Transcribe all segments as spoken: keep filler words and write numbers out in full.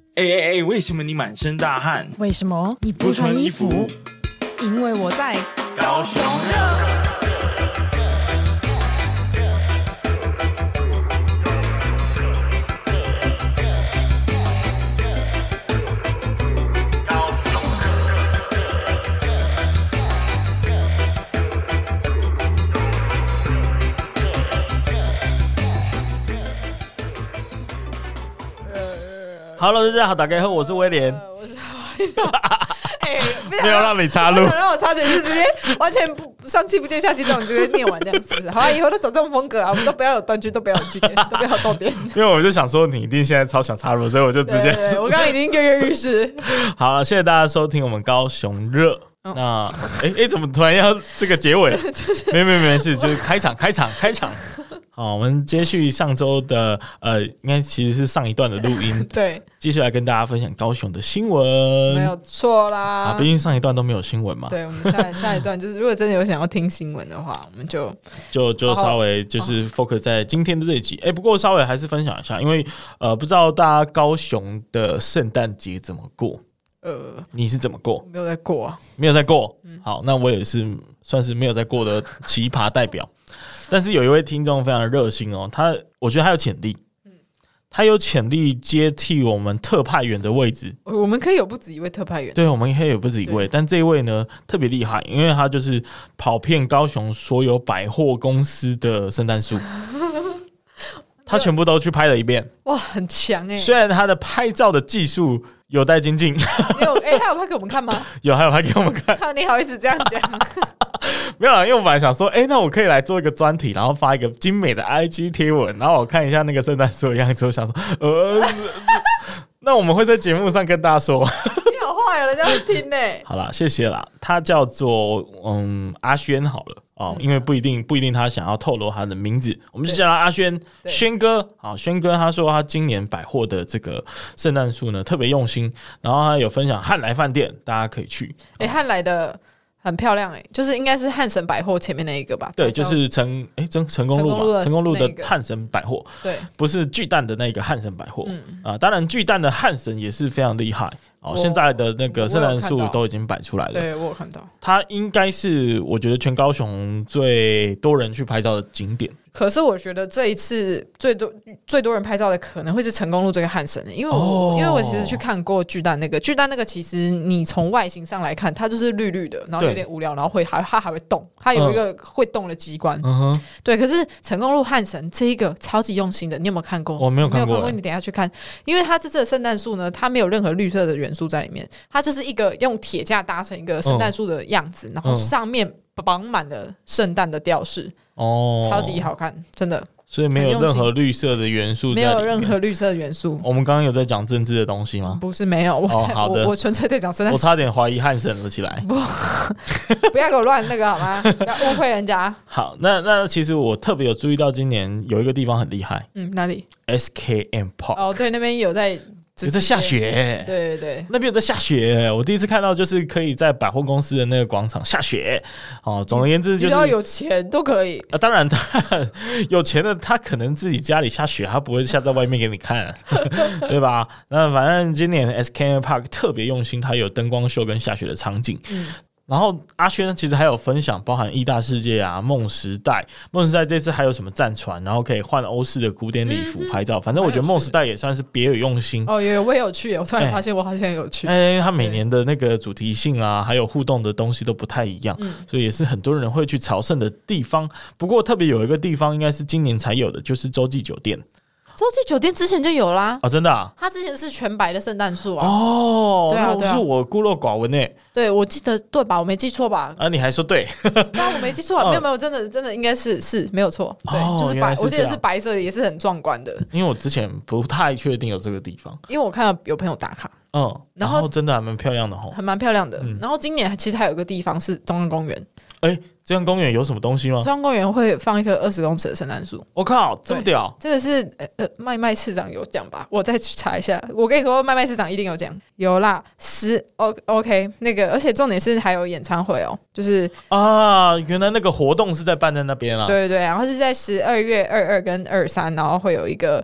哎哎哎，为什么你满身大汗？ 为什么你不穿衣服？因为我在高雄热。Hello， 大家好，大家好，我是威廉， 呃、我是华丽莎。哎， 没有让你插入， 让我插嘴是直接完全不上气不接下气这种，直接念完这样是不是？好啊，以后都走这种风格啊，我们都不要有断句，都不要有句点，都不要有逗点。 因为我就想说你一定现在超想插入，所以我就直接， 对对对，我刚刚已经跃跃欲试。 好，谢谢大家收听我们高雄热。哦、那哎哎，怎么突然要这个结尾？就是、没没没事，就是开场开场开场。好，我们接续上周的呃，应该其实是上一段的录音， 对， 继续来跟大家分享高雄的新闻， 没有错啦。 啊，毕竟上一段都没有新闻嘛。 对，我们下下一段就是，如果真的有想要听新闻的话，我们就就就稍微就是 focus 在今天的这一集。哎、欸，不过稍微还是分享一下，因为呃，不知道大家高雄的圣诞节怎么过？呃，你是怎么过？ 没有在过啊， 没有在过。嗯、好，那我也是算是没有在过的奇葩代表。但是有一位听众非常的热心哦，他我觉得他有潜力，嗯，他有潜力接替我们特派员的位置。 我们可以有不止一位特派员， 对，我们可以有不止一位，但这一位呢特别厉害，因为他就是跑遍高雄所有百货公司的圣诞树，他全部都去拍了一遍。 哇，很强哎、欸！ 虽然他的拍照的技术有待精进， 有哎、欸，他有拍给我们看吗？ 有，还有拍给我们看。 你好意思这样讲？ 没有啦，因为我本来想说，哎、欸，那我可以来做一个专题，然后发一个精美的 I G 贴文，然后我看一下那个圣诞树的样子，我想说，呃，那我们会在节目上跟大家说。你好坏哦，人家会听呢。 好啦，谢谢啦。他叫做嗯阿轩好了哦，因为不一定不一定他想要透露他的名字，我们就叫他阿轩，轩哥。好，轩哥他说他今年百货的这个圣诞树呢特别用心，然后他有分享汉来饭店，大家可以去。 哎、欸，汉来的。很漂亮哎、欸，就是应该是汉神百货前面那一个吧？ 对，就是成哎成成功路吧，成功路的汉神百货， 对， 不是巨蛋的那个汉神百货、嗯、啊。当然，巨蛋的汉神也是非常厉害哦。现在的那个圣诞树都已经摆出来了， 对我有看到。 它应该是我觉得全高雄最多人去拍照的景点。 可是我觉得这一次最多最多人拍照的可能会是成功路这个汉神、欸，因为我、哦、因为我其实去看过巨蛋那个巨蛋那个，其实你从外形上来看，它就是绿绿的，然后有点无聊，然后会还它还会动，它有一个会动的机关。嗯、对，可是成功路汉神这一个超级用心的，你有没有看过？ 我没有看过， 没有看过，你等一下去看，因为它这次的圣诞树呢，它没有任何绿色的元素在里面，它就是一个用铁架搭成一个圣诞树的样子，嗯、然后上面绑满了圣诞的吊饰。哦，超级好看，真的。 所以没有任何绿色的元素在里面， 没有任何绿色的元素。 我们刚刚有在讲政治的东西吗？ 不是，没有。我、哦、好的，我纯粹在讲圣诞。 我差点怀疑汉神了起来。不， 不要给我乱那个好吗？不要误会人家。 好，那那其实我特别有注意到，今年有一个地方很厉害。 嗯，哪里 ？S K M Park。 哦，对，那边有在。 有在下雪、欸， 对对对， 那边有在下雪、欸。我第一次看到，就是可以在百货公司的那个广场下雪。哦，总而言之，就是只要有钱都可以。 啊，当然，当然有钱的他可能自己家里下雪，他不会下在外面给你看，对吧？那反正今年 S K M Park 特别用心，它有灯光秀跟下雪的场景。嗯，然后阿轩其实还有分享，包含义大世界啊、梦时代、梦时代这次还有什么战船，然后可以换欧式的古典礼服拍照。嗯、反正我觉得梦时代也算是别有用心。 哦，有有，我也有去，我突然发现我好像有去。 哎、欸，他每年的那个主题性啊，还有互动的东西都不太一样，嗯、所以也是很多人会去朝圣的地方。不过特别有一个地方，应该是今年才有的，就是洲际酒店。 洲际酒店之前就有啦， 哦，真的啊？ 它之前是全白的圣诞树啊。 哦， 对啊， 对啊，是我孤陋寡闻诶。 对，我记得对吧？我没记错吧？ 啊，你还说对？ 对啊，我没记错、啊，没有没有，真的真的应该是是没有错。对，哦、就是白，我记得是白色的，也是很壮观的。 因为我之前不太确定有这个地方， 因为我看到有朋友打卡。嗯， 然后, 然后真的还蛮漂亮的吼， 还蛮漂亮的、嗯。然后今年其实还有一个地方是中央公园。 哎、欸，中央公园有什么东西吗？ 中央公园会放一棵二十公尺的圣诞树。 我靠，这么屌！ 这个是呃呃，麦麦市长有讲吧？我再去查一下。我跟你说，麦麦市长一定有讲，有啦。十 O OK 那个，而且重点是还有演唱会哦，就是啊，原来那个活动是在办在那边啊。 对对对，然后是在十二月二二跟二三，然后会有一个。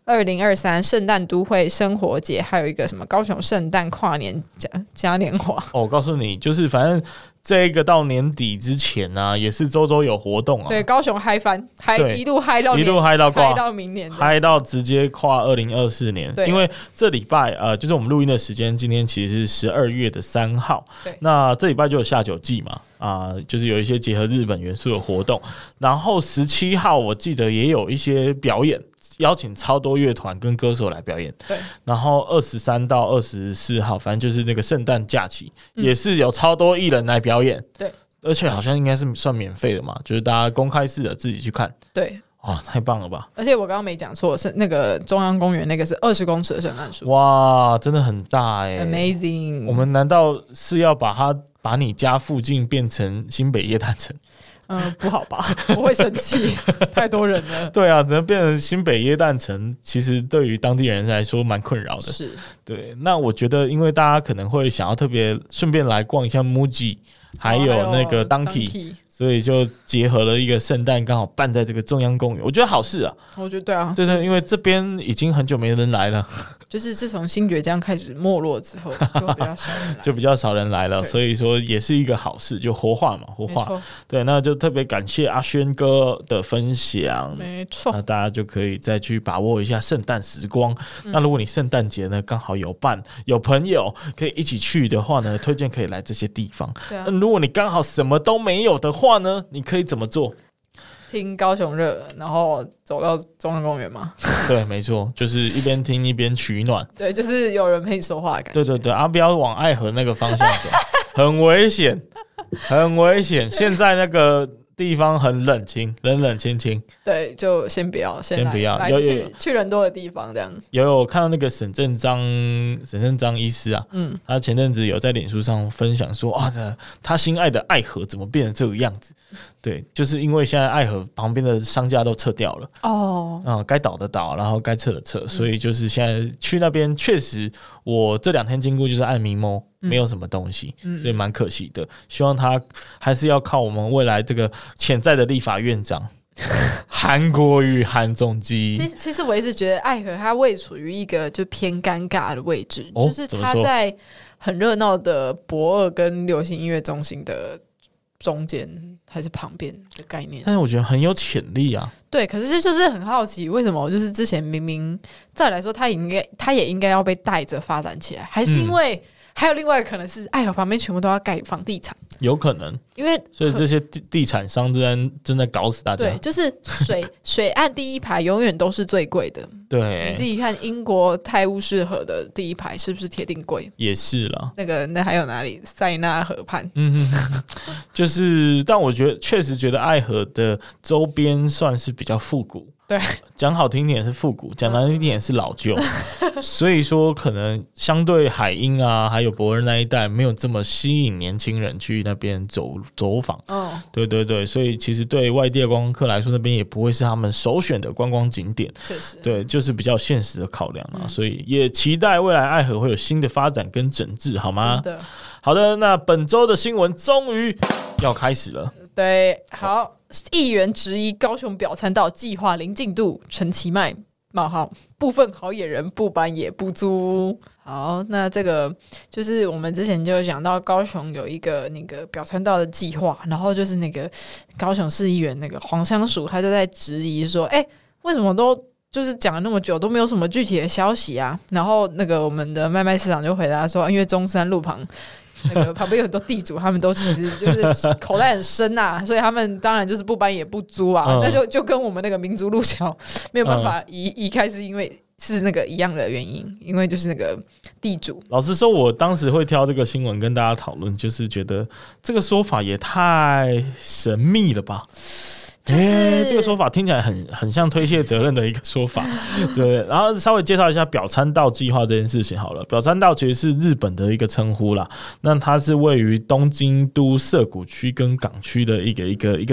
二零二三圣诞都会生活节，还有一个什么高雄圣诞跨年嘉嘉年华。 哦，我告诉你，就是反正这个到年底之前啊，也是周周有活动啊。 对，高雄嗨翻，嗨一路嗨到一路嗨到挂， 嗨到明年， 嗨到直接跨二零二四年。因为这礼拜呃，就是我们录音的时间，今天其实是十二月的三号。 对， 那这礼拜就有下酒季嘛，啊、呃，就是有一些结合日本元素的活动。然后十七号我记得也有一些表演。邀请超多乐团跟歌手来表演， 对。 然后二十三到二十四号，反正就是那个圣诞假期、嗯，也是有超多艺人来表演， 对。 而且好像应该是算免费的嘛，就是大家公开式的自己去看， 对。 哇，太棒了吧！ 而且我刚刚没讲错，是那个中央公园那个是二十公尺的圣诞树， 哇，真的很大哎、欸、 ，amazing！ 我们难道是要把它把你家附近变成新北耶诞城？ 嗯、呃，不好吧？我会生气，太多人了。 对啊，只能变成新北耶诞城，其实对于当地人来说蛮困扰的。 是， 对。那我觉得，因为大家可能会想要特别顺便来逛一下 Muji， 还有那个 Donkey，、哦、所以就结合了一个圣诞，刚好办在这个中央公园，我觉得好事啊。 我觉得对啊， 就是因为这边已经很久没人来了。 就是自从新崛江开始没落之后，就比较少人来， 就比较少人来了，所以说也是一个好事，就活化嘛，活化。对，那就特别感谢阿轩哥的分享， 没错。 那大家就可以再去把握一下圣诞时光、嗯。那如果你圣诞节呢刚好有伴有朋友可以一起去的话呢，推荐可以来这些地方。 对啊。 那如果你刚好什么都没有的话呢，你可以怎么做？ 听高雄热，然后走到中央公园吗？ 对，没错，就是一边听一边取暖。 对，就是有人陪你说话的感觉。 对对对，啊，不要往爱河那个方向走，很危险，很危险。现在那个地方很冷清，冷冷清清。 对，就先不要，先, 先不要， 有去去人多的地方这样。 有有看到那个沈正章，沈正章医师啊，嗯，他前阵子有在脸书上分享说啊，他心爱的爱河怎么变成这个样子？对，就是因为现在爱河旁边的商家都撤掉了哦，啊、嗯，该倒的倒，然后该撤的撤、嗯，所以就是现在去那边，确实我这两天经过就是暗迷蒙，没有什么东西，嗯、所以蛮可惜的。希望他还是要靠我们未来这个潜在的立法院长韩国瑜韩总机。 其实，其实我一直觉得爱河它位处于一个就偏尴尬的位置， 哦、 就是它在很热闹的博二跟流行音乐中心的中间还是旁边的概念， 但是我觉得很有潜力啊。 对，可是就是很好奇，为什么就是之前明明照理来说，它应该它也应该要被带着发展起来，还是因为、嗯、还有另外一个可能是爱河旁边全部都要盖房地产， 有可能， 因为所以这些地地产商正在正在搞死大家。 对，就是水水岸第一排永远都是最贵的。 对， 你自己看英国泰晤士河的第一排是不是铁定贵？ 也是啦。 那个那还有哪里？塞纳河畔。 嗯，就是，但我觉得确实觉得爱河的周边算是比较复古。 对， 讲好听点是复古，讲难听点是老旧，所以说可能相对海鹰啊，还有博恩那一带，没有这么吸引年轻人去那边走走访。哦，对对对，所以其实对外地的观光客来说，那边也不会是他们首选的观光景点。 确实， 对，就是比较现实的考量啊、嗯，所以也期待未来爱河会有新的发展跟整治，好吗？ 真的。好的，那本周的新闻终于要开始了。 对，好。议员质疑高雄表参道计划零进度，陈其迈冒号部分好野人不搬也不租。好，那这个就是我们之前就有讲到高雄有一个那个表参道的计划，然后就是那个高雄市议员那个黄香淑，他就在质疑说，哎、欸，为什么都就是讲了那么久都没有什么具体的消息啊？然后那个我们的麦麦市长就回答说，因为中山路旁。那个旁边有很多地主，他们都其实就是口袋很深呐、啊，所以他们当然就是不搬也不租啊。嗯、那就就跟我们那个民族路桥没有办法移、嗯、移开，是因为是那个一样的原因，因为就是那个地主。 老实说，我当时会挑这个新闻跟大家讨论，就是觉得这个说法也太神秘了吧。哎、就是欸，这个说法听起来很很像推卸责任的一个说法，对。然后稍微介绍一下表参道计划这件事情好了。表参道其实是日本的一个称呼啦，那它是位于东京都涩谷区跟港区的一个一个一个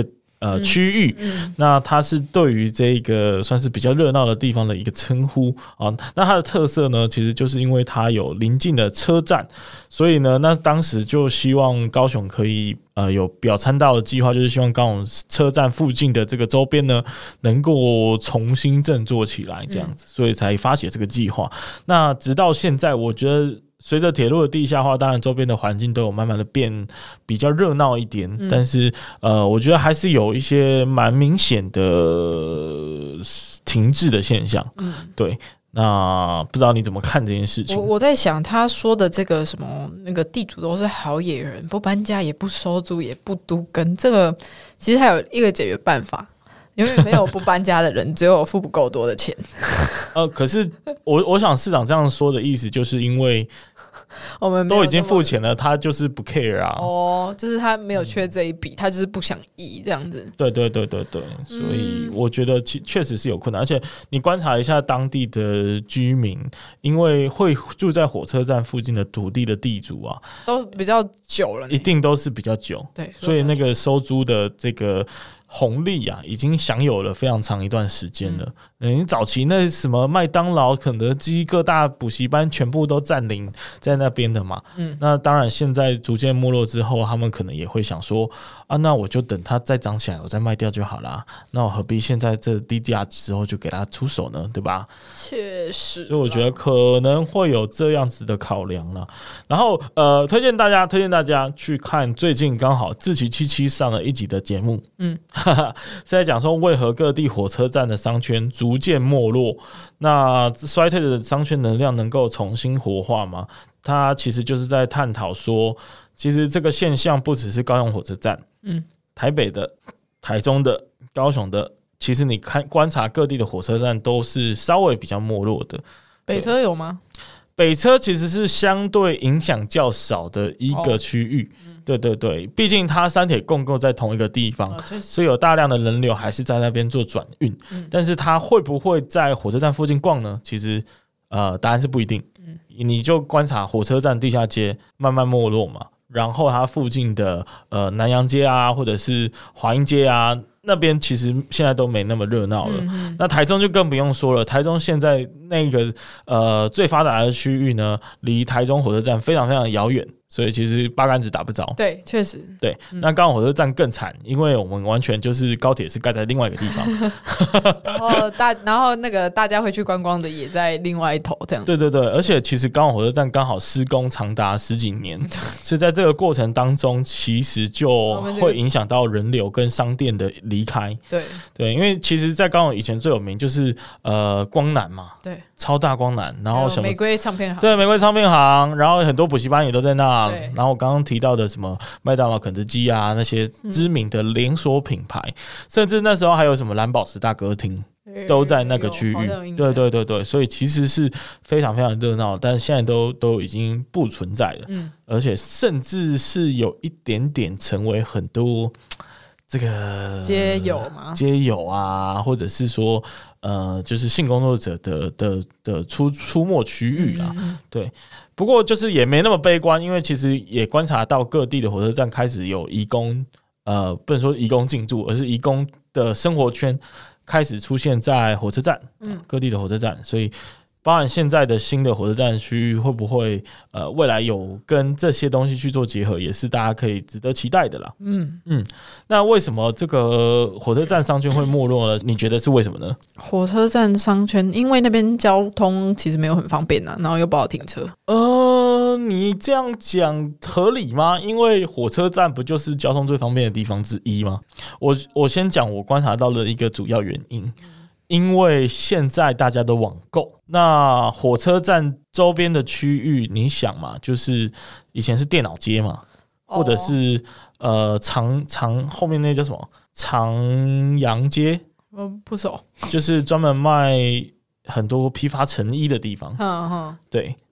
呃区域、嗯嗯，那它是对于这个算是比较热闹的地方的一个称呼啊。那它的特色呢，其实就是因为它有邻近的车站，所以呢，那当时就希望高雄可以呃有表参道的计划，就是希望高雄车站附近的这个周边呢，能够重新振作起来，这样子，所以才发起这个计划。那直到现在，我觉得随着铁路的地下化，当然周边的环境都有慢慢的变比较热闹一点，嗯、但是呃，我觉得还是有一些蛮明显的停滞的现象。嗯，对。那不知道你怎么看这件事情？ 我我在想，他说的这个什么那个地主都是好野人，不搬家也不收租也不都更，这个其实还有一个解决办法。因为没有不搬家的人，只有付不够多的钱。 呃，可是我我想市长这样说的意思，就是因为我们都已经付钱了，他就是不 care 啊。 哦，就是他没有缺这一笔、嗯，他就是不想移这样子。 对对对对对，所以我觉得确实是有困难，而且你观察一下当地的居民，因为会住在火车站附近的土地的地主啊， 都比较久了， 一定都是比较久。 对， 所以那个收租的这个红利啊，已经享有了非常长一段时间了。嗯，你早期那什么麦当劳、肯德基各大补习班全部都占领在那边的嘛。嗯，那当然现在逐渐没落之后，他们可能也会想说啊，那我就等它再涨起来，我再卖掉就好啦。那我何必现在这低价之后就给它出手呢？对吧？ 确实， 所以我觉得可能会有这样子的考量啦。然后呃，推荐大家推荐大家去看最近刚好志祺七七上了一集的节目。嗯。是在讲说为何各地火车站的商圈逐渐没落，那衰退的商圈能量能够重新活化吗？它其实就是在探讨说，其实这个现象不只是高雄火车站，嗯，台北的、台中的、高雄的，其实你看观察各地的火车站都是稍微比较没落的。 北车有吗？ 北车其实是相对影响较少的一个区域。哦，对对对，毕竟它三铁共构在同一个地方，哦，所以有大量的人流还是在那边做转运，嗯。但是它会不会在火车站附近逛呢？其实呃，答案是不一定。嗯，你就观察火车站地下街慢慢没落嘛，然后它附近的呃南洋街啊，或者是华阴街啊，那边其实现在都没那么热闹了。嗯，那台中就更不用说了，台中现在那个呃最发达的区域呢，离台中火车站非常非常遥远。所以其实八竿子打不着。 对，确实。 对，那高雄火车站更惨，因为我们完全就是高铁是盖在另外一个地方， 然后大，然后那个大家会去观光的也在另外一头，这样。 对对对，而且其实高雄火车站刚好施工长达十几年，所以在这个过程当中，其实就会影响到人流跟商店的离开。 对对， 因为其实，在高雄以前最有名就是呃光南嘛， 对， 超大光南，然后什么玫瑰唱片行， 对，玫瑰唱片行，然后很多补习班也都在那。然后我刚刚提到的什么麦当劳、肯德基啊，那些知名的连锁品牌，嗯，甚至那时候还有什么蓝宝石大歌厅，都在那个区域。对对对对，所以其实是非常非常热闹，但是现在都都已经不存在了，嗯，而且甚至是有一点点成为很多这个街友吗？ 街友啊，或者是说呃，就是性工作者的的的出出没区域啦，嗯，对。不过就是也没那么悲观，因为其实也观察到各地的火车站开始有移工，呃，不能说移工进驻，而是移工的生活圈开始出现在火车站，嗯，各地的火车站，所以包含现在的新的火车站区域会不会呃未来有跟这些东西去做结合，也是大家可以值得期待的啦。嗯嗯，那为什么这个火车站商圈会没落呢？你觉得是为什么呢？ 火车站商圈，因为那边交通其实没有很方便啊，然后又不好停车。 呃，你这样讲合理吗？因为火车站不就是交通最方便的地方之一吗？我我先讲我观察到的一个主要原因。因为现在大家都网购，那火车站周边的区域，你想嘛，就是以前是电脑街嘛，哦，或者是呃长长后面那叫什么长阳街， 嗯，不熟， 就是专门卖很多批发成衣的地方。嗯嗯，对。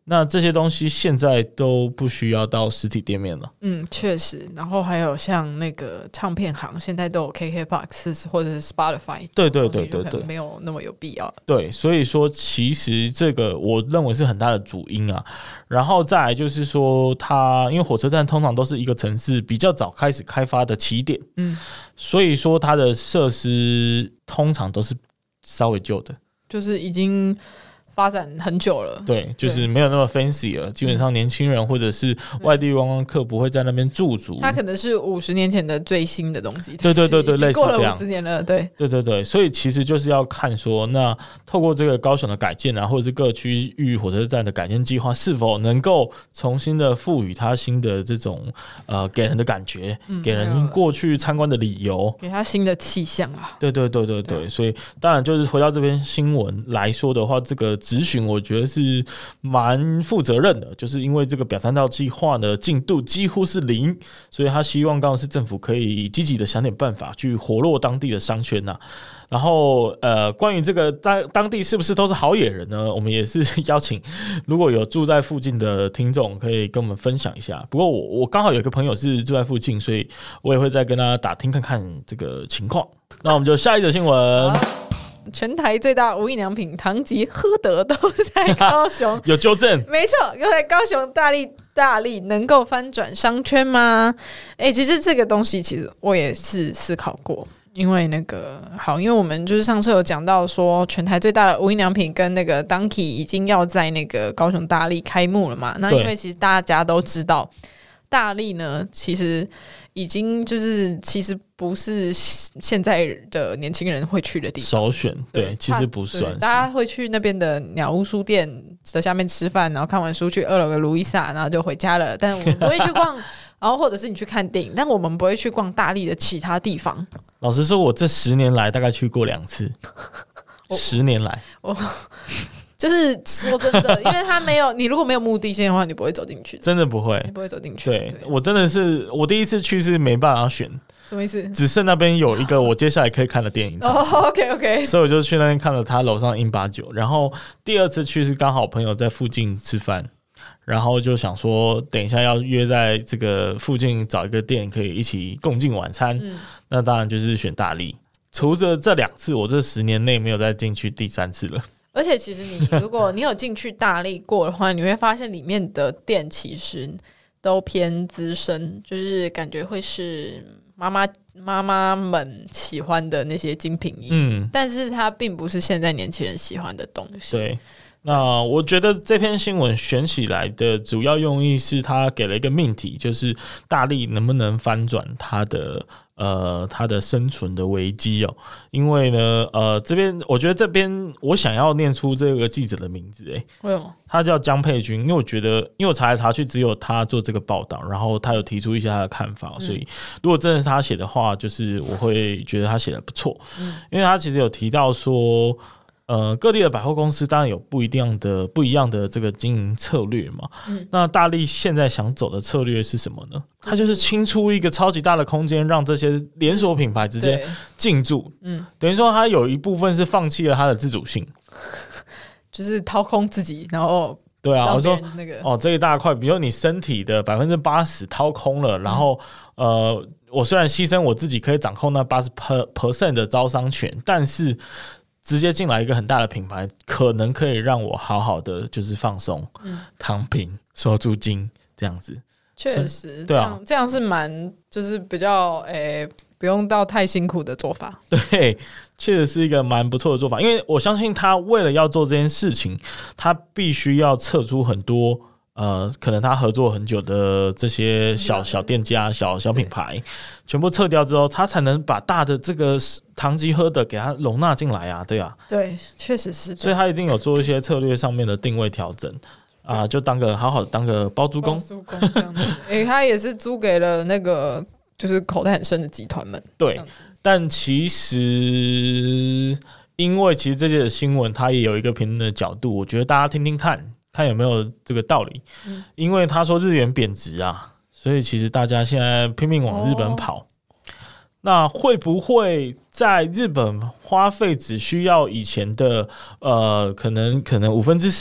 那这些东西现在都不需要到实体店面了。 嗯，确实。然后还有像那个唱片行，现在都有 K K B O X 或者是 Spotify。 对对对对对， 没有那么有必要。 对，所以说其实这个我认为是很大的主因啊。然后再来就是说它，因为火车站通常都是一个城市比较早开始开发的起点，嗯，所以说它的设施通常都是稍微旧的， 就是已经发展很久了， 对，就是没有那么 fancy 了。基本上年轻人或者是外地观光客不会在那边驻足， 它可能是五十年前的最新的东西。 对对对对，类似这样， 过了五十年了，对对对对，所以其实就是要看说，那透过这个高雄的改建啊，或者是各区域火车站的改建计划，是否能够重新的赋予它新的这种呃给人的感觉，嗯、给人过去参观的理由， 给它新的气象啊。 对对对对 对, 对，所以当然就是回到这篇新闻来说的话，这个质询我觉得是蛮负责任的，就是因为这个表参道计划的进度几乎是零，所以他希望高雄市政府可以积极的想点办法去活络当地的商圈呐、啊。然后呃，关于这个当当地是不是都是好野人呢？我们也是邀请，如果有住在附近的听众，可以跟我们分享一下。不过我我刚好有一个朋友是住在附近，所以我也会再跟他打听看看这个情况。那我们就下一则新闻。 全台最大无印良品唐吉诃德都在高雄， 有纠正， 没错，又在高雄大力大力能够翻转商圈吗？哎、欸，其实这个东西其实我也是思考过。因为那个好，因为我们就是上次有讲到说，全台最大的无印良品跟那个 Donkey 已经要在那个高雄大力开幕了嘛。那因为其实大家都知道，大力呢其实已经就是其实不是现在的年轻人会去的地方， 首选。对，对其实不算是。 大家会去那边的鸟屋书店的下面吃饭，然后看完书去二楼的卢伊萨，然后就回家了。但我们不会去逛。然后或者是你去看电影，但我们不会去逛大力的其他地方。 老实说，我这十年来大概去过两次。十年来， 我就是说真的，因为他没有你如果没有目的性的话，你不会走进去的， 真的不会， 你不会走进去。 对, 对我真的是我第一次去是没办法选， 什么意思？ 只剩那边有一个我接下来可以看的电影。 哦、oh, ，OK OK， 所以我就去那边看了他楼上英八九。然后第二次去是刚好朋友在附近吃饭。然后就想说，等一下要约在这个附近找一个店，可以一起共进晚餐。嗯、那当然就是选大力。除了这两次，我这十年内没有再进去第三次了。 而且其实你如果你有进去大力过的话，你会发现里面的店其实都偏资深，就是感觉会是妈妈妈妈们喜欢的那些精品衣，嗯，但是它并不是现在年轻人喜欢的东西。 对。那我觉得这篇新闻选起来的主要用意是他给了一个命题，就是大力能不能翻转他的呃他的生存的危机哦。因为呢呃这边我觉得这边我想要念出这个记者的名字，诶， 为什么？ 他叫江佩君，因为我觉得因为我查来查去只有他做这个报道，然后他有提出一些他的看法，所以如果真的是他写的话，就是我会觉得他写的不错，嗯，因为他其实有提到说。呃，各地的百货公司当然有不一样的不一样的这个经营策略嘛。嗯、那大力现在想走的策略是什么呢？它就是清出一个超级大的空间，让这些连锁品牌直接进驻。嗯，等于说它有一部分是放弃了它的自主性， 就是掏空自己，然后对啊，我说那个哦，这一大块，比如说你身体的百分之八十掏空了，然后、嗯、呃，我虽然牺牲我自己可以掌控那八十 percent 的招商权，但是。直接进来一个很大的品牌，可能可以让我好好的就是放松、嗯、躺平、收租金这样子。 确实， 对啊， 这样这样是蛮就是比较诶、欸，不用到太辛苦的做法。 对，确实是一个蛮不错的做法，因为我相信他为了要做这件事情，他必须要撤出很多。呃，可能他合作很久的这些小小店家、小小品牌，全部撤掉之后，他才能把大的这个唐吉诃德给他容纳进来啊，对啊， 对，确实是， 所以他一定有做一些策略上面的定位调整啊、呃，就当个好好当个包租公， 包租公这样子。哎、欸，他也是租给了那个就是口袋很深的集团们， 对，但其实。因为其实这些新闻它也有一个评论的角度，我觉得大家听听看。看有没有这个道理、嗯、因为他说日元贬值啊，所以其实大家现在拼命往日本跑、哦、那会不会在日本花费只需要以前的呃可能可能五分之四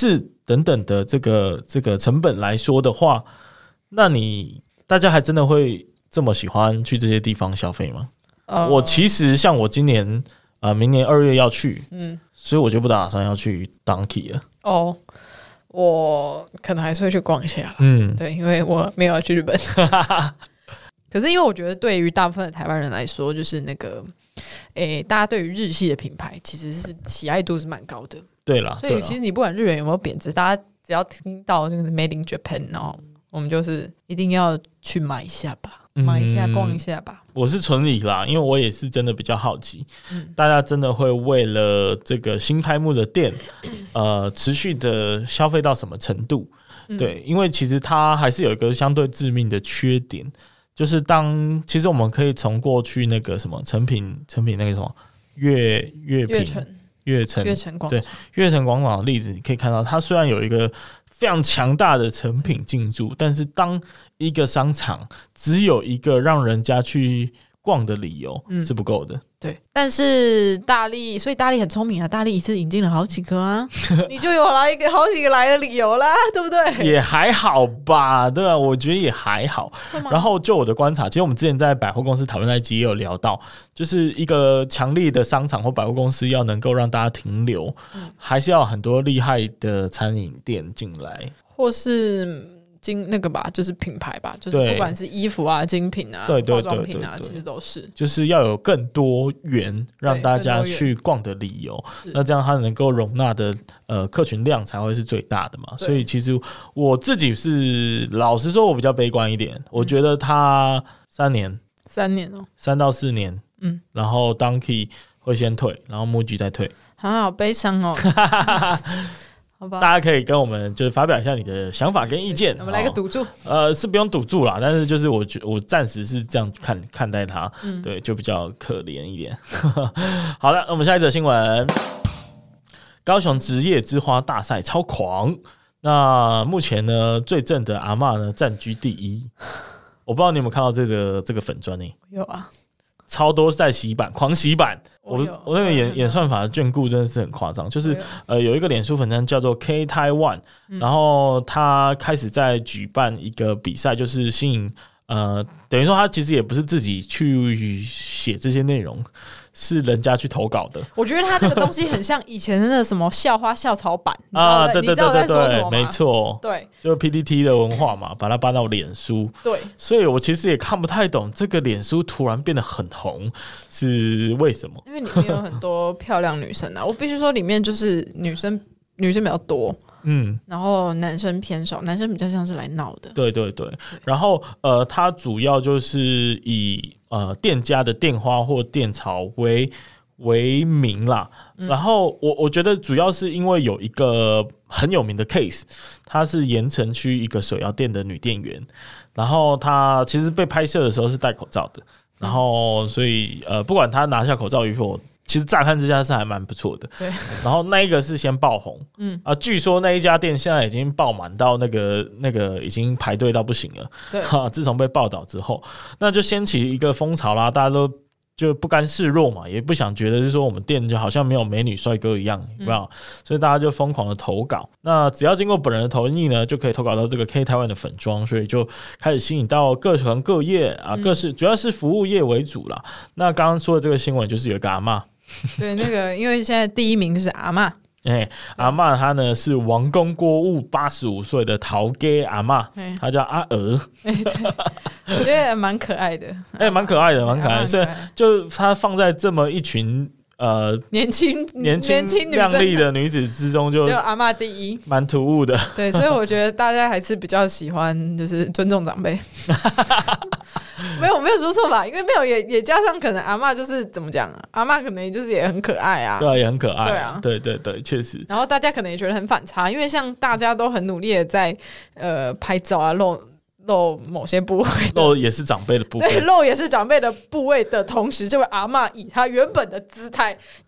等等的这个这个成本来说的话，那你大家还真的会这么喜欢去这些地方消费吗？呃、我其实像我今年呃明年二月要去，嗯，所以我就不打算要去 Donkey 了。哦， 我可能还是会去逛一下啦，嗯，对，因为我没有要去日本。可是因为我觉得对于大部分的台湾人来说，就是那个，诶，大家对于日系的品牌其实是喜爱度是蛮高的。 对啦， 所以其实你不管日元有没有贬值，大家只要听到就是 Made in Japan， 然后我们就是一定要去买一下吧，买一下逛一下吧。 我是纯理啦，因为我也是真的比较好奇，嗯、大家真的会为了这个新开幕的店，呃，持续的消费到什么程度？嗯、对，因为其实它还是有一个相对致命的缺点。就是当其实我们可以从过去那个什么成品成品那个什么月月品月城月城广场对月城广场的例子，你可以看到它虽然有一个非常强大的成品进驻，但是当一个商场只有一个让人家去逛的理由是不够的。嗯、 对，但是大力，所以大力很聪明啊，大力一次引进了好几个啊，你就有来一个好几个来的理由啦，对不对？ 也还好吧，对啊，我觉得也还好。然后就我的观察，其实我们之前在百货公司讨论那一集也有聊到，就是一个强力的商场或百货公司要能够让大家停留，嗯、还是要很多厉害的餐饮店进来， 或是。精那个吧，就是品牌吧，就是不管是衣服啊、精品啊、化妆品啊，其实都是， 就是要有更多元让大家去逛的理由，那这样它能够容纳的呃客群量才会是最大的嘛。所以其实我自己是老实说，我比较悲观一点，嗯、我觉得它三年， 三年哦， 三到四年，嗯，然后 Donkey 会先退，然后 Muji 再退， 啊，好悲伤哦。好吧， 大家可以跟我们就是发表一下你的想法跟意见。 我们来个赌注， 呃，是不用赌注啦，但是就是我觉我暂时是这样看看待它，嗯、对，就比较可怜一点。好了，那我们下一则新闻：高雄职业之花大赛超狂。那目前呢，最正的阿嬷呢占据第一。我不知道你有没有看到这个这个粉专呢？ 有啊。 超多在洗版，狂洗版！我我那个演演算法的眷顾真的是很夸张，就是呃有一个脸书粉专叫做 K Taiwan，、嗯、然后他开始在举办一个比赛，就是吸引呃等于说他其实也不是自己去写这些内容，是人家去投稿的。 我觉得他这个东西很像以前的那什么校花校草版啊，对对对对对， 没错， 对， 就是 P T T 的文化嘛，把它搬到脸书。 对， 所以我其实也看不太懂这个脸书突然变得很红是为什么？ 因为里面有很多漂亮女生啊，我必须说里面就是女生女生比较多。嗯，然后男生偏少，男生比较像是来闹的。 对对对，然后呃，它主要就是以呃店家的店花或店潮为为名啦。嗯、然后我我觉得主要是因为有一个很有名的 case， 她是盐埕区一个手摇店的女店员，然后她其实被拍摄的时候是戴口罩的，然后所以呃，不管她拿下口罩与否。其实乍看之下是还蛮不错的， 对。 然后那一个是先爆红，嗯啊，据说那一家店现在已经爆满到那个那个已经排队到不行了， 对。 哈，自从被报道之后，那就掀起一个风潮啦，大家都就不甘示弱嘛，也不想觉得就是说我们店就好像没有美女帅哥一样，有没有？嗯、所以大家就疯狂的投稿。那只要经过本人的同意呢，就可以投稿到这个 K 台湾的粉专，所以就开始吸引到各行各业啊，各式、嗯、主要是服务业为主啦。那刚刚说的这个新闻就是有一个阿嬷。 对，那个因为现在第一名是阿嬷， 欸、阿嬷她呢是王公郭务八十五岁的陶家阿嬷，她叫阿娥， 欸、对，我觉得蛮可爱的， 哎、欸，蛮可爱的，蛮可爱的，所以就她放在这么一群。呃， 年轻年轻靓丽的女子之中就， 就阿嬷第一， 蛮突兀的。 对，所以我觉得大家还是比较喜欢，就是尊重长辈。没有没有说错吧？因为没有也也加上可能阿嬷就是怎么讲啊？阿嬷可能就是也很可爱啊， 对啊，也很可爱， 对啊， 对对对，确实。 然后大家可能也觉得很反差，因为像大家都很努力的在呃拍照啊露。露某些部位， 露也是长辈的部位， 对，露也是长辈的部位的同时，这位阿嬷以她原本的姿态就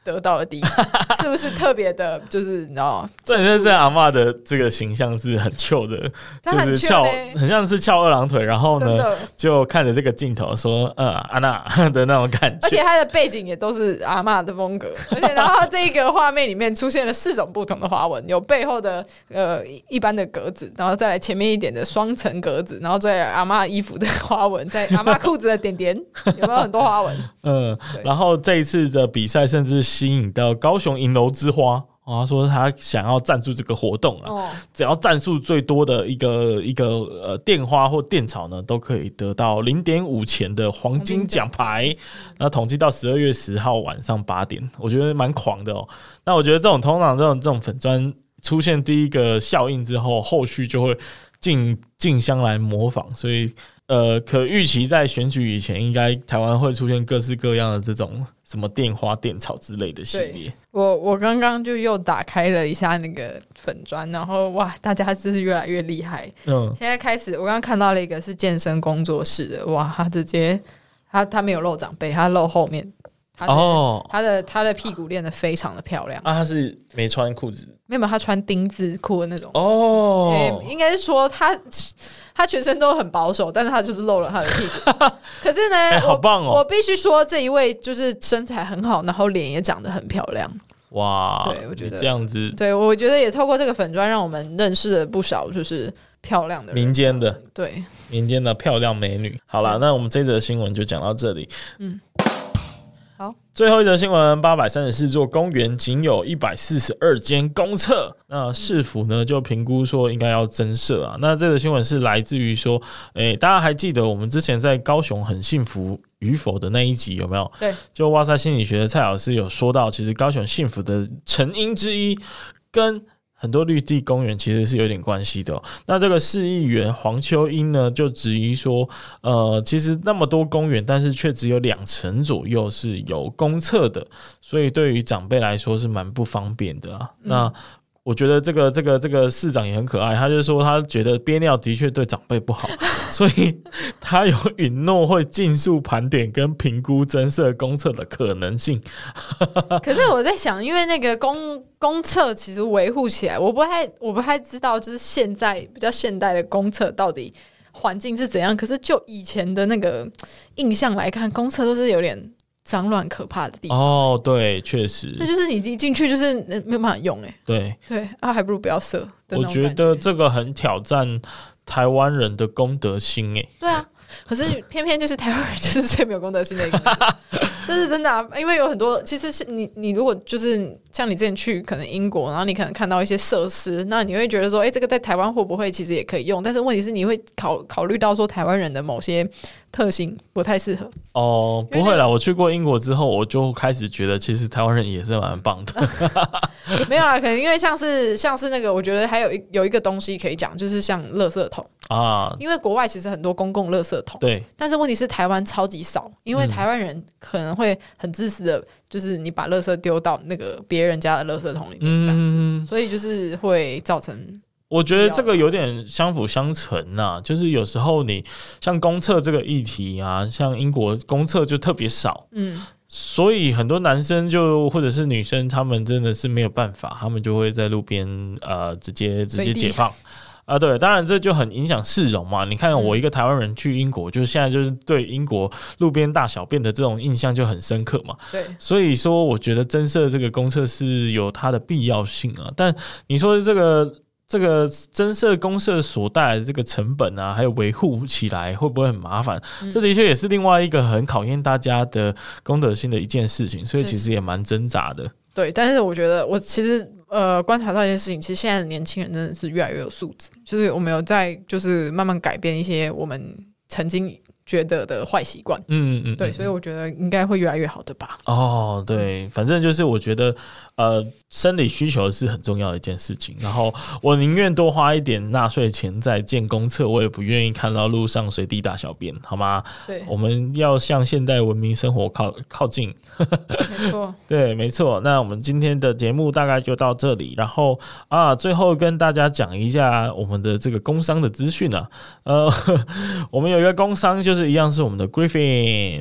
得到了第一，是不是特别的？就是你知道， 这这阿嬷的这个形象是很糗的，就是翘，很像是翘二郎腿，然后呢就看着这个镜头说：“呃，安娜的那种感觉。” 而且他的背景也都是阿嬷的风格，而且然后这个画面里面出现了四种不同的花纹，有背后的呃一般的格子，然后再来前面一点的双层格子，然后再来阿嬷衣服的花纹，在阿嬷裤子的点点，有没有很多花纹？ 嗯，然后这一次的比赛甚至吸引到高雄银楼之花。哦、他说他想要赞助这个活动啊，哦、只要赞助最多的一个一个呃电花或电草呢，都可以得到零点五钱的黄金奖牌。那统计到十二月十号晚上八点，我觉得蛮狂的哦。那我觉得这种通常这种这种粉专出现第一个效应之后，后续就会竞竞相来模仿，所以呃，可预期在选举以前，应该台湾会出现各式各样的这种什么电花、电草之类的系列。 我我刚刚就又打开了一下那个粉专，然后哇，大家真是越来越厉害。嗯，现在开始，我刚刚看到了一个是健身工作室的，哇，他直接他他没有露长辈，他露后面。他的、哦、他的他的屁股练得非常的漂亮啊！他是没穿裤子， 没有，他穿丁字裤的那种哦、欸。应该是说他他全身都很保守，但是他就是露了他的屁股。可是呢， 欸、好棒哦！ 我, 我必须说，这一位就是身材很好，然后脸也长得很漂亮。 哇， 对，我觉得这样子， 对我觉得也透过这个粉专，让我们认识了不少就是漂亮的人民间的， 对民间的漂亮美女。好啦，那我们这则新闻就讲到这里。嗯。 好， 最后一则新闻，八百三十四座公园仅有一百四十二间公厕，那市府呢就评估说应该要增设啊。那这个新闻是来自于说，诶，大家还记得我们之前在高雄很幸福与否的那一集有没有？ 对， 就哇塞心理学的蔡老师有说到，其实高雄幸福的成因之一跟很多绿地公园其实是有点关系的、哦。那这个市议员黄秋英呢，就质疑说，呃，其实那么多公园，但是却只有两成左右是有公厕的，所以对于长辈来说是蛮不方便的啊。嗯、那我觉得这个这个这个市长也很可爱，他就说他觉得憋尿的确对长辈不好，所以他有允诺会尽速盘点跟评估增设公厕的可能性。 可是我在想，因为那个公公厕其实维护起来，我不太我不太知道，就是现在比较现代的公厕到底环境是怎样。可是就以前的那个印象来看，公厕都是有点脏乱可怕的地方。 哦，对，确实， 这就是你一进去就是没有办法用哎。 对对啊，还不如不要设。 我觉得这个很挑战台湾人的公德心哎。 对啊，可是偏偏就是台湾人就是最没有公德心的一个人，这是真的啊。因为有很多，其实你你如果就是像你之前去可能英国，然后你可能看到一些设施，那你会觉得说，哎、欸，这个在台湾会不会其实也可以用？但是问题是你会考考虑到说台湾人的某些特性不太适合。 哦，不会啦，我去过英国之后，我就开始觉得其实台湾人也是蛮棒的。 没有啦，可能因为像是像是那个，我觉得还有一有一个东西可以讲，就是像垃圾桶啊。因为国外其实很多公共垃圾桶， 对， 但是问题是台湾超级少，因为台湾人可能会很自私的，就是你把垃圾丢到那个别人家的垃圾桶里面这样子，嗯、所以就是会造成。 我觉得这个有点相辅相成啊，就是有时候你像公厕这个议题啊，像英国公厕就特别少，嗯，所以很多男生就或者是女生，他们真的是没有办法，他们就会在路边呃直接直接解放。啊，对，当然这就很影响市容嘛。你看我一个台湾人去英国，嗯、就是现在就是对英国路边大小便的这种印象就很深刻嘛。 对， 所以说我觉得增设这个公厕是有它的必要性啊。但你说这个。这个增设公厕所带来的这个成本啊，还有维护起来会不会很麻烦？嗯、这的确也是另外一个很考验大家的公德心的一件事情，所以其实也蛮挣扎的。 对，但是我觉得我其实呃观察到一件事情，其实现在的年轻人真的是越来越有素质，就是我们有在就是慢慢改变一些我们曾经觉得的坏习惯，嗯嗯，对，所以我觉得应该会越来越好的吧。 哦，对，反正就是我觉得，呃，生理需求是很重要的一件事情。然后我宁愿多花一点纳税钱在建公厕，我也不愿意看到路上随地大小便，好吗？ 对， 我们要向现代文明生活靠靠近。 没错， 对，没错。那我们今天的节目大概就到这里。然后啊，最后跟大家讲一下我们的这个工商的资讯啊，呃，我们有一个工商就。就是一样是我们的 Griffin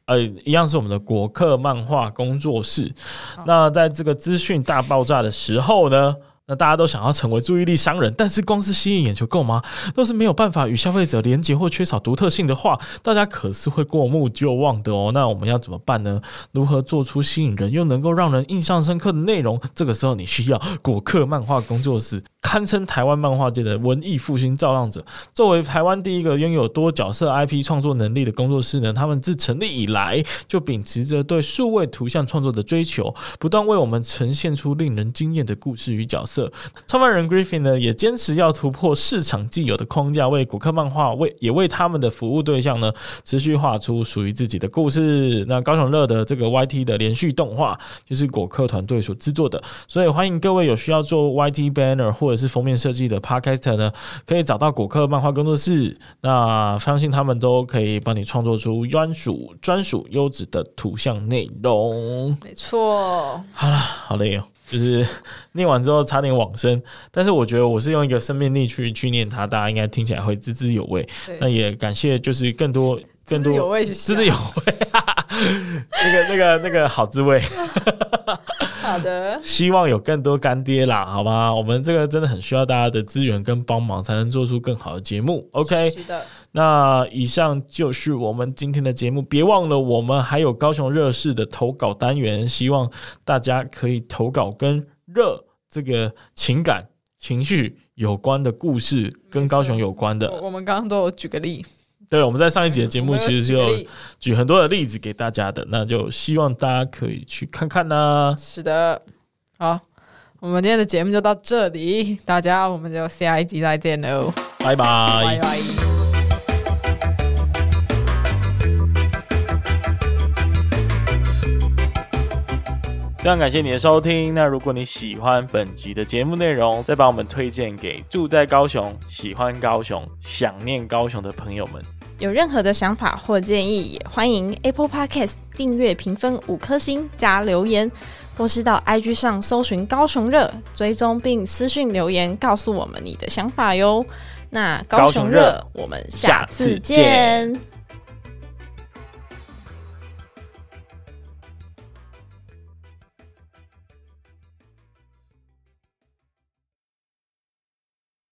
呃，一样是我们的果克漫画工作室。那在这个资讯大爆炸的时候呢，那大家都想要成为注意力商人，但是光是吸引眼球够吗？都是没有办法与消费者连结或缺少独特性的话，大家可是会过目就忘的哦。那我们要怎么办呢？如何做出吸引人又能够让人印象深刻的内容？这个时候你需要果克漫画工作室，堪称台湾漫画界的文艺复兴造浪者。作为台湾第一个拥有多角色 I P 创作能力的工作室呢，他们自成立以来就秉持着对数位图像创作的追求，不断为我们呈现出令人惊艳的故事与角色。创办人 Griffin 呢，也坚持要突破市场既有的框架，为果克漫画为也为他们的服务对象呢，持续画出属于自己的故事。那高雄热的这个 Y T 的连续动画，就是果克团队所制作的，所以欢迎各位有需要做 Y T banner 或者是封面设计的 Podcaster 呢，可以找到果克漫画工作室。那相信他们都可以帮你创作出专属专属优质的图像内容。 没错。 好啦，好累哦。就是念完之后差点往生，但是我觉得我是用一个生命力去去念它，大家应该听起来会滋滋有味。那也感谢就是更多更多滋滋有味， 滋滋有味，那个那个那个好滋味。 好的， 希望有更多干爹啦，好吗？我们这个真的很需要大家的资源跟帮忙，才能做出更好的节目。OK， 是的。 那以上就是我们今天的节目，别忘了我们还有高雄热事的投稿单元，希望大家可以投稿跟热这个情感情绪有关的故事，跟高雄有关的。 我们刚刚都有举个例。 对，我们在上一集的节目其实就有举很多的例子给大家的，那就希望大家可以去看看啦。 是的，好，我们今天的节目就到这里，大家我们就下一集再见喽， 拜拜， 拜拜。 非常感谢你的收听。那如果你喜欢本集的节目内容，再把我们推荐给住在高雄、喜欢高雄、想念高雄的朋友们。 有任何的想法或建议，也欢迎 Apple Podcast 订阅、评分五颗星加留言，或是到 I G 上搜寻高雄热，追踪并私讯留言告诉我们你的想法哟。那高雄热，我们下次见。